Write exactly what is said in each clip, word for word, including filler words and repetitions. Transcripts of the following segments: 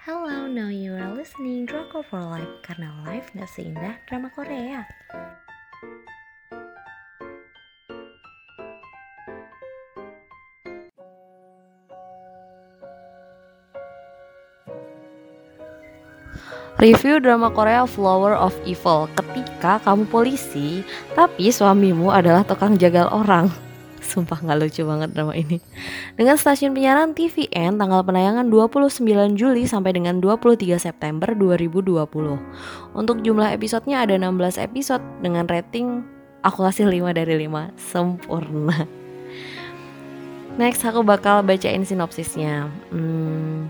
Hello, now you are listening Drama for Life karena life gak seindah drama Korea. Review drama Korea Flower of Evil. Ketika kamu polisi, tapi suamimu adalah tukang jagal orang. Sumpah gak lucu banget drama ini. Dengan stasiun penyiaran T V N, tanggal penayangan dua puluh sembilan Juli sampai dengan dua puluh tiga September dua ribu dua puluh. Untuk jumlah episodenya ada enam belas episode dengan rating aku kasih lima dari lima. Sempurna. Next aku bakal bacain sinopsisnya. Hmm,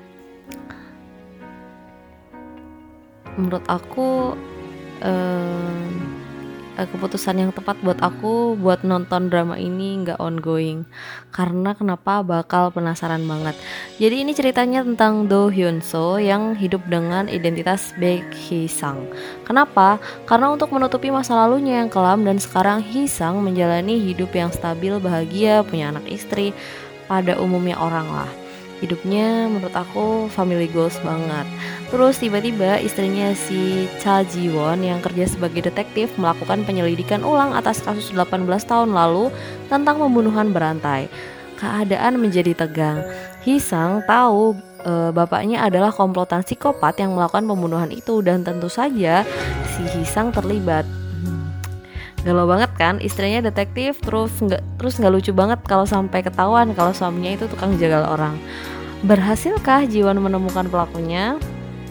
menurut aku eh, keputusan yang tepat buat aku buat nonton drama ini nggak ongoing, karena kenapa, bakal penasaran banget. Jadi ini ceritanya tentang Do Hyun So yang hidup dengan identitas Baek Hee Sang. Kenapa? Karena untuk menutupi masa lalunya yang kelam, dan sekarang Hee Sang menjalani hidup yang stabil, bahagia, punya anak istri, pada umumnya orang lah. Hidupnya menurut aku family goals banget. Terus tiba-tiba istrinya si Cha Ji Won yang kerja sebagai detektif melakukan penyelidikan ulang atas kasus delapan belas tahun lalu tentang pembunuhan berantai. Keadaan menjadi tegang. Hee Sang tahu e, bapaknya adalah komplotan psikopat yang melakukan pembunuhan itu, dan tentu saja si Hee Sang terlibat. Hmm, galau banget kan, istrinya detektif, terus nggak terus nggak lucu banget kalau sampai ketahuan kalau suaminya itu tukang jagal orang. Berhasilkah Jiwon menemukan pelakunya?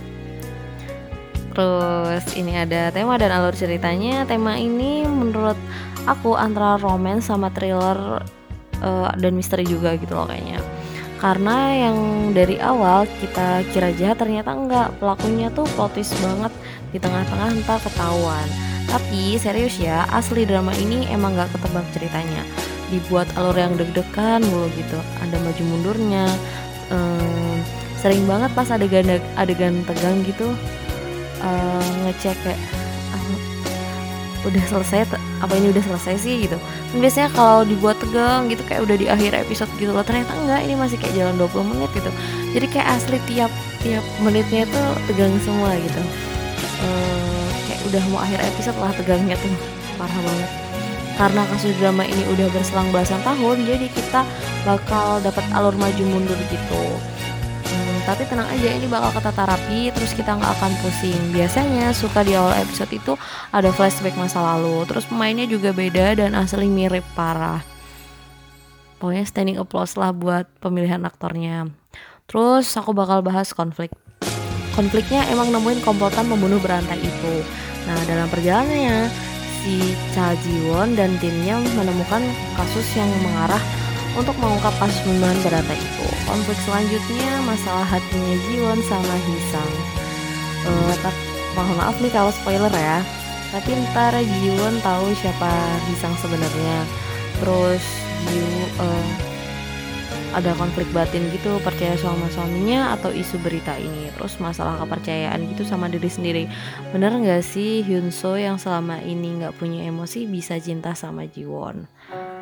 Terus ini ada tema dan alur ceritanya. Tema ini menurut aku antara romance sama thriller uh, dan misteri juga gitu loh kayaknya. Karena yang dari awal kita kira jahat, ternyata enggak. Pelakunya tuh plot twist banget, di tengah-tengah entah ketahuan. Tapi serius ya, asli drama ini emang gak ketebak ceritanya. Dibuat alur yang deg-degan mulu gitu. Ada maju mundurnya. Um, sering banget pas adegan adegan tegang gitu uh, ngecek kayak uh, udah selesai apa ini udah selesai sih gitu. Dan biasanya kalau dibuat tegang gitu kayak udah di akhir episode gitu loh, ternyata enggak, ini masih kayak jalan dua puluh menit gitu. Jadi kayak asli tiap tiap menitnya itu tegang semua gitu. Uh, kayak udah mau akhir episode lah tegangnya tuh, parah banget. Karena kasus drama ini udah berselang belasan tahun, jadi kita bakal dapat alur maju mundur gitu. Hmm, tapi tenang aja, ini bakal ketata rapi, terus kita nggak akan pusing. Biasanya suka di awal episode itu ada flashback masa lalu, terus pemainnya juga beda dan asli mirip parah. Pokoknya standing applause lah buat pemilihan aktornya. Terus aku bakal bahas konflik. Konfliknya emang nemuin komplotan pembunuh berantai itu. Nah, dalam perjalanannya si Cha Ji Won dan timnya menemukan kasus yang mengarah untuk mengungkap kasus pembunuhan berantai itu. Konflik selanjutnya masalah hatinya Ji Won sama Hee Sang. Uh, tak, mohon maaf nih kalau spoiler ya. Tapi ntar Ji Won tahu siapa Hee Sang sebenarnya. Terus Ji uh, ada konflik batin gitu, percaya sama suaminya atau isu berita ini. Terus masalah kepercayaan gitu sama diri sendiri. Bener gak sih Hyun So yang selama ini gak punya emosi bisa cinta sama Ji Won?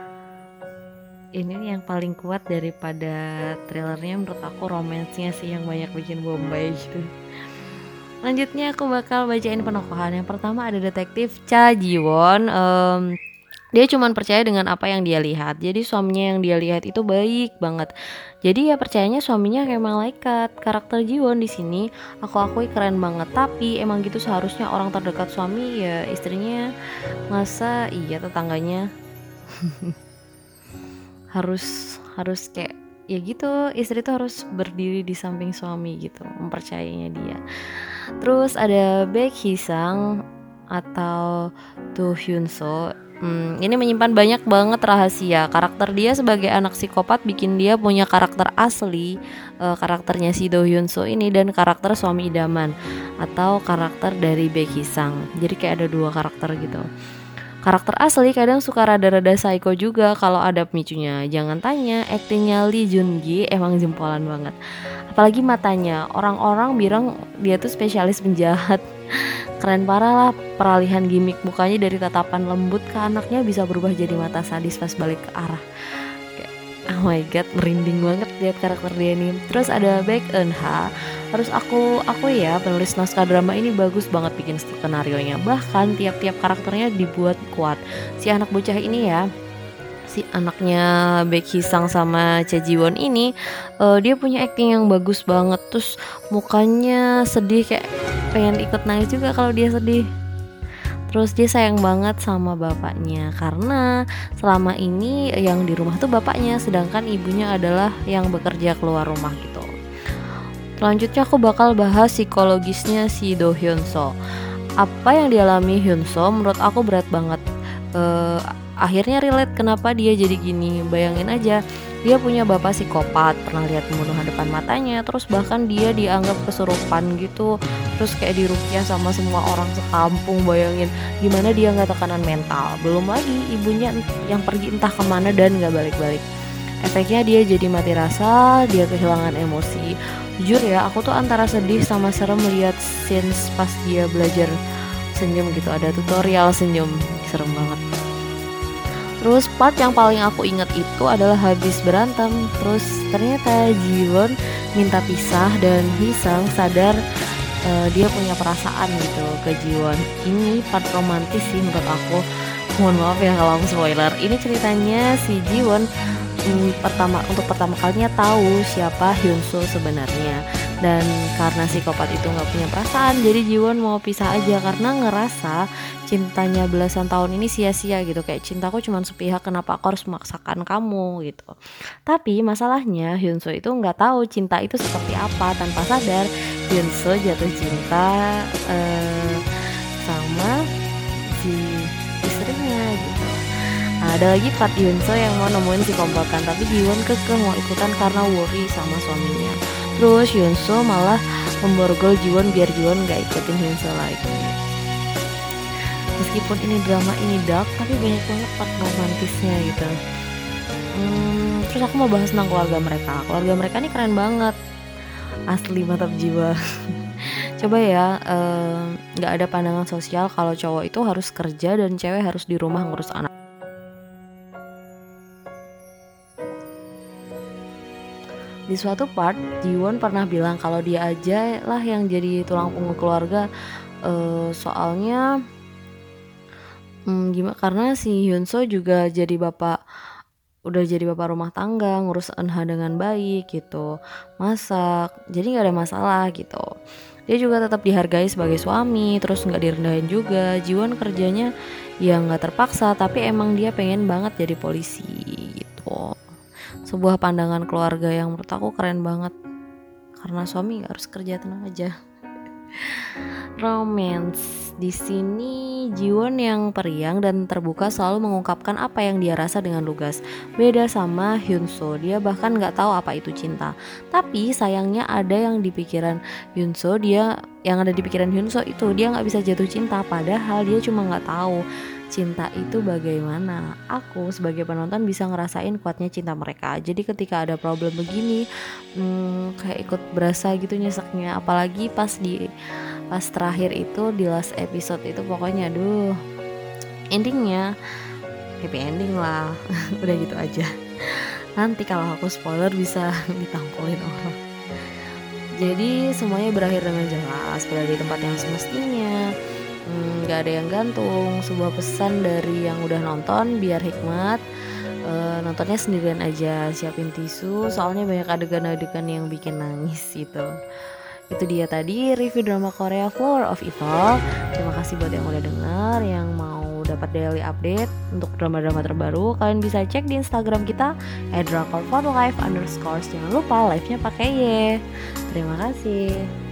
Ini yang paling kuat daripada trailernya menurut aku, romansnya sih yang banyak bikin bombay gitu. Lanjutnya aku bakal bacain penokohan. Yang pertama ada detektif Cha Ji Won. um, Dia cuma percaya dengan apa yang dia lihat. Jadi suaminya yang dia lihat itu baik banget. Jadi ya percayanya suaminya kayak malaikat. Karakter Jiwon di sini aku akui keren banget. Tapi emang gitu seharusnya orang terdekat suami ya istrinya. Masa iya tetangganya harus harus kayak ya gitu, istri tuh harus berdiri di samping suami gitu, mempercayainya dia. Terus ada Baek Hee Sang atau Do Hyun So. Hmm, ini menyimpan banyak banget rahasia. Karakter dia sebagai anak psikopat bikin dia punya karakter asli, uh, karakternya si Do Hyun So ini, dan karakter suami idaman atau karakter dari Baek Hee Sang. Jadi kayak ada dua karakter gitu. Karakter asli kadang suka rada-rada psycho juga kalau ada pemicunya. Jangan tanya, aktingnya Lee Joon Gi emang jempolan banget. Apalagi matanya, orang-orang bilang dia tuh spesialis penjahat. Keren parah lah, peralihan gimmick mukanya dari tatapan lembut ke anaknya bisa berubah jadi mata sadis pas balik ke arah. Kayak, Oh my god, merinding banget lihat karakter dia nih. Terus ada Baek Eun Ha. Harus aku aku ya, penulis naskah drama ini bagus banget bikin skenarionya. Bahkan tiap-tiap karakternya dibuat kuat. Si anak bocah ini ya, si anaknya Baek Hee Sang sama Cha Ji Won ini, eh, dia punya acting yang bagus banget. Terus mukanya sedih kayak pengen ikut nangis juga kalau dia sedih. Terus dia sayang banget sama bapaknya karena selama ini yang di rumah tuh bapaknya, sedangkan ibunya adalah yang bekerja keluar rumah gitu. Selanjutnya aku bakal bahas psikologisnya si Do Hyun So. Apa yang dialami Hyun So menurut aku berat banget. Eh, akhirnya relate kenapa dia jadi gini. Bayangin aja, dia punya bapak psikopat, pernah lihat pembunuhan depan matanya, terus bahkan dia dianggap kesurupan gitu. Terus kayak dirukyah sama semua orang sekampung. Bayangin gimana dia nggak tekanan mental. Belum lagi ibunya yang pergi entah kemana dan nggak balik-balik. Efeknya dia jadi mati rasa, dia kehilangan emosi. Jujur ya, aku tuh antara sedih sama serem melihat scenes pas dia belajar senyum gitu. Ada tutorial senyum, serem banget. Terus part yang paling aku inget itu adalah habis berantem. Terus ternyata Jiwon minta pisah dan Hee Sang sadar uh, dia punya perasaan gitu ke Jiwon. Ini part romantis sih menurut aku. Mohon maaf ya kalau aku spoiler. Ini ceritanya si Jiwon Hmm, pertama untuk pertama kalinya tahu siapa Hyun So sebenarnya, dan karena psikopat itu nggak punya perasaan, jadi Jiwon mau pisah aja karena ngerasa cintanya belasan tahun ini sia-sia gitu, kayak cintaku cuma sepihak, kenapa aku harus memaksakan kamu gitu. Tapi masalahnya Hyun So itu nggak tahu cinta itu seperti apa. Tanpa sadar Hyun So jatuh cinta eh, sama si istrinya gitu. Nah, ada lagi part Hyun So yang mau nemuin si kompotan, tapi Jiwon kekeh mau ikutan karena worry sama suaminya. Terus Hyun So malah memborgol Jiwon biar Jiwon gak ikutin Hyun So lagi. Meskipun ini drama ini dark, tapi banyak banget part romantisnya gitu. Hmm, terus aku mau bahas tentang keluarga mereka. Keluarga mereka ini keren banget, asli mantap jiwa. Coba ya, nggak eh, ada pandangan sosial kalau cowok itu harus kerja dan cewek harus di rumah ngurus anak. Di suatu part, Jiwon pernah bilang kalau dia aja lah yang jadi tulang punggung keluarga. Uh, soalnya, hmm, gimana? Karena si Hyun So juga jadi bapak, udah jadi bapak rumah tangga, ngurus Eunha dengan baik gitu, masak, jadi nggak ada masalah gitu. Dia juga tetap dihargai sebagai suami, terus nggak direndahin juga. Jiwon kerjanya ya nggak terpaksa, tapi emang dia pengen banget jadi polisi gitu. Sebuah pandangan keluarga yang menurut aku keren banget, karena suami gak harus kerja, tenang aja. Romance di sini, Jiwon yang periang dan terbuka selalu mengungkapkan apa yang dia rasa dengan lugas. Beda sama Hyun So, dia bahkan nggak tahu apa itu cinta. Tapi sayangnya ada yang di pikiran Hyun So, dia yang ada di pikiran Hyun So itu dia nggak bisa jatuh cinta, padahal dia cuma nggak tahu cinta itu bagaimana. Aku sebagai penonton bisa ngerasain kuatnya cinta mereka. Jadi ketika ada problem begini, hmm, kayak ikut berasa gitu nyeseknya. Apalagi pas di pas terakhir itu, di last episode itu, pokoknya aduh, endingnya happy ending lah. Udah gitu aja. Nanti kalau aku spoiler bisa ditampolin orang. Jadi semuanya berakhir dengan jelas, berada di tempat yang semestinya. Hmm, gak ada yang gantung. Sebuah pesan dari yang udah nonton, biar hikmat. E, nontonnya sendirian aja, siapin tisu, soalnya banyak adegan-adegan yang bikin nangis gitu. Itu dia tadi review drama Korea Flower of Evil. Terima kasih buat yang udah denger, yang mau dapat daily update untuk drama-drama terbaru. Kalian bisa cek di Instagram kita at drakor for life underscore. Jangan lupa live-nya pakai Y. Terima kasih.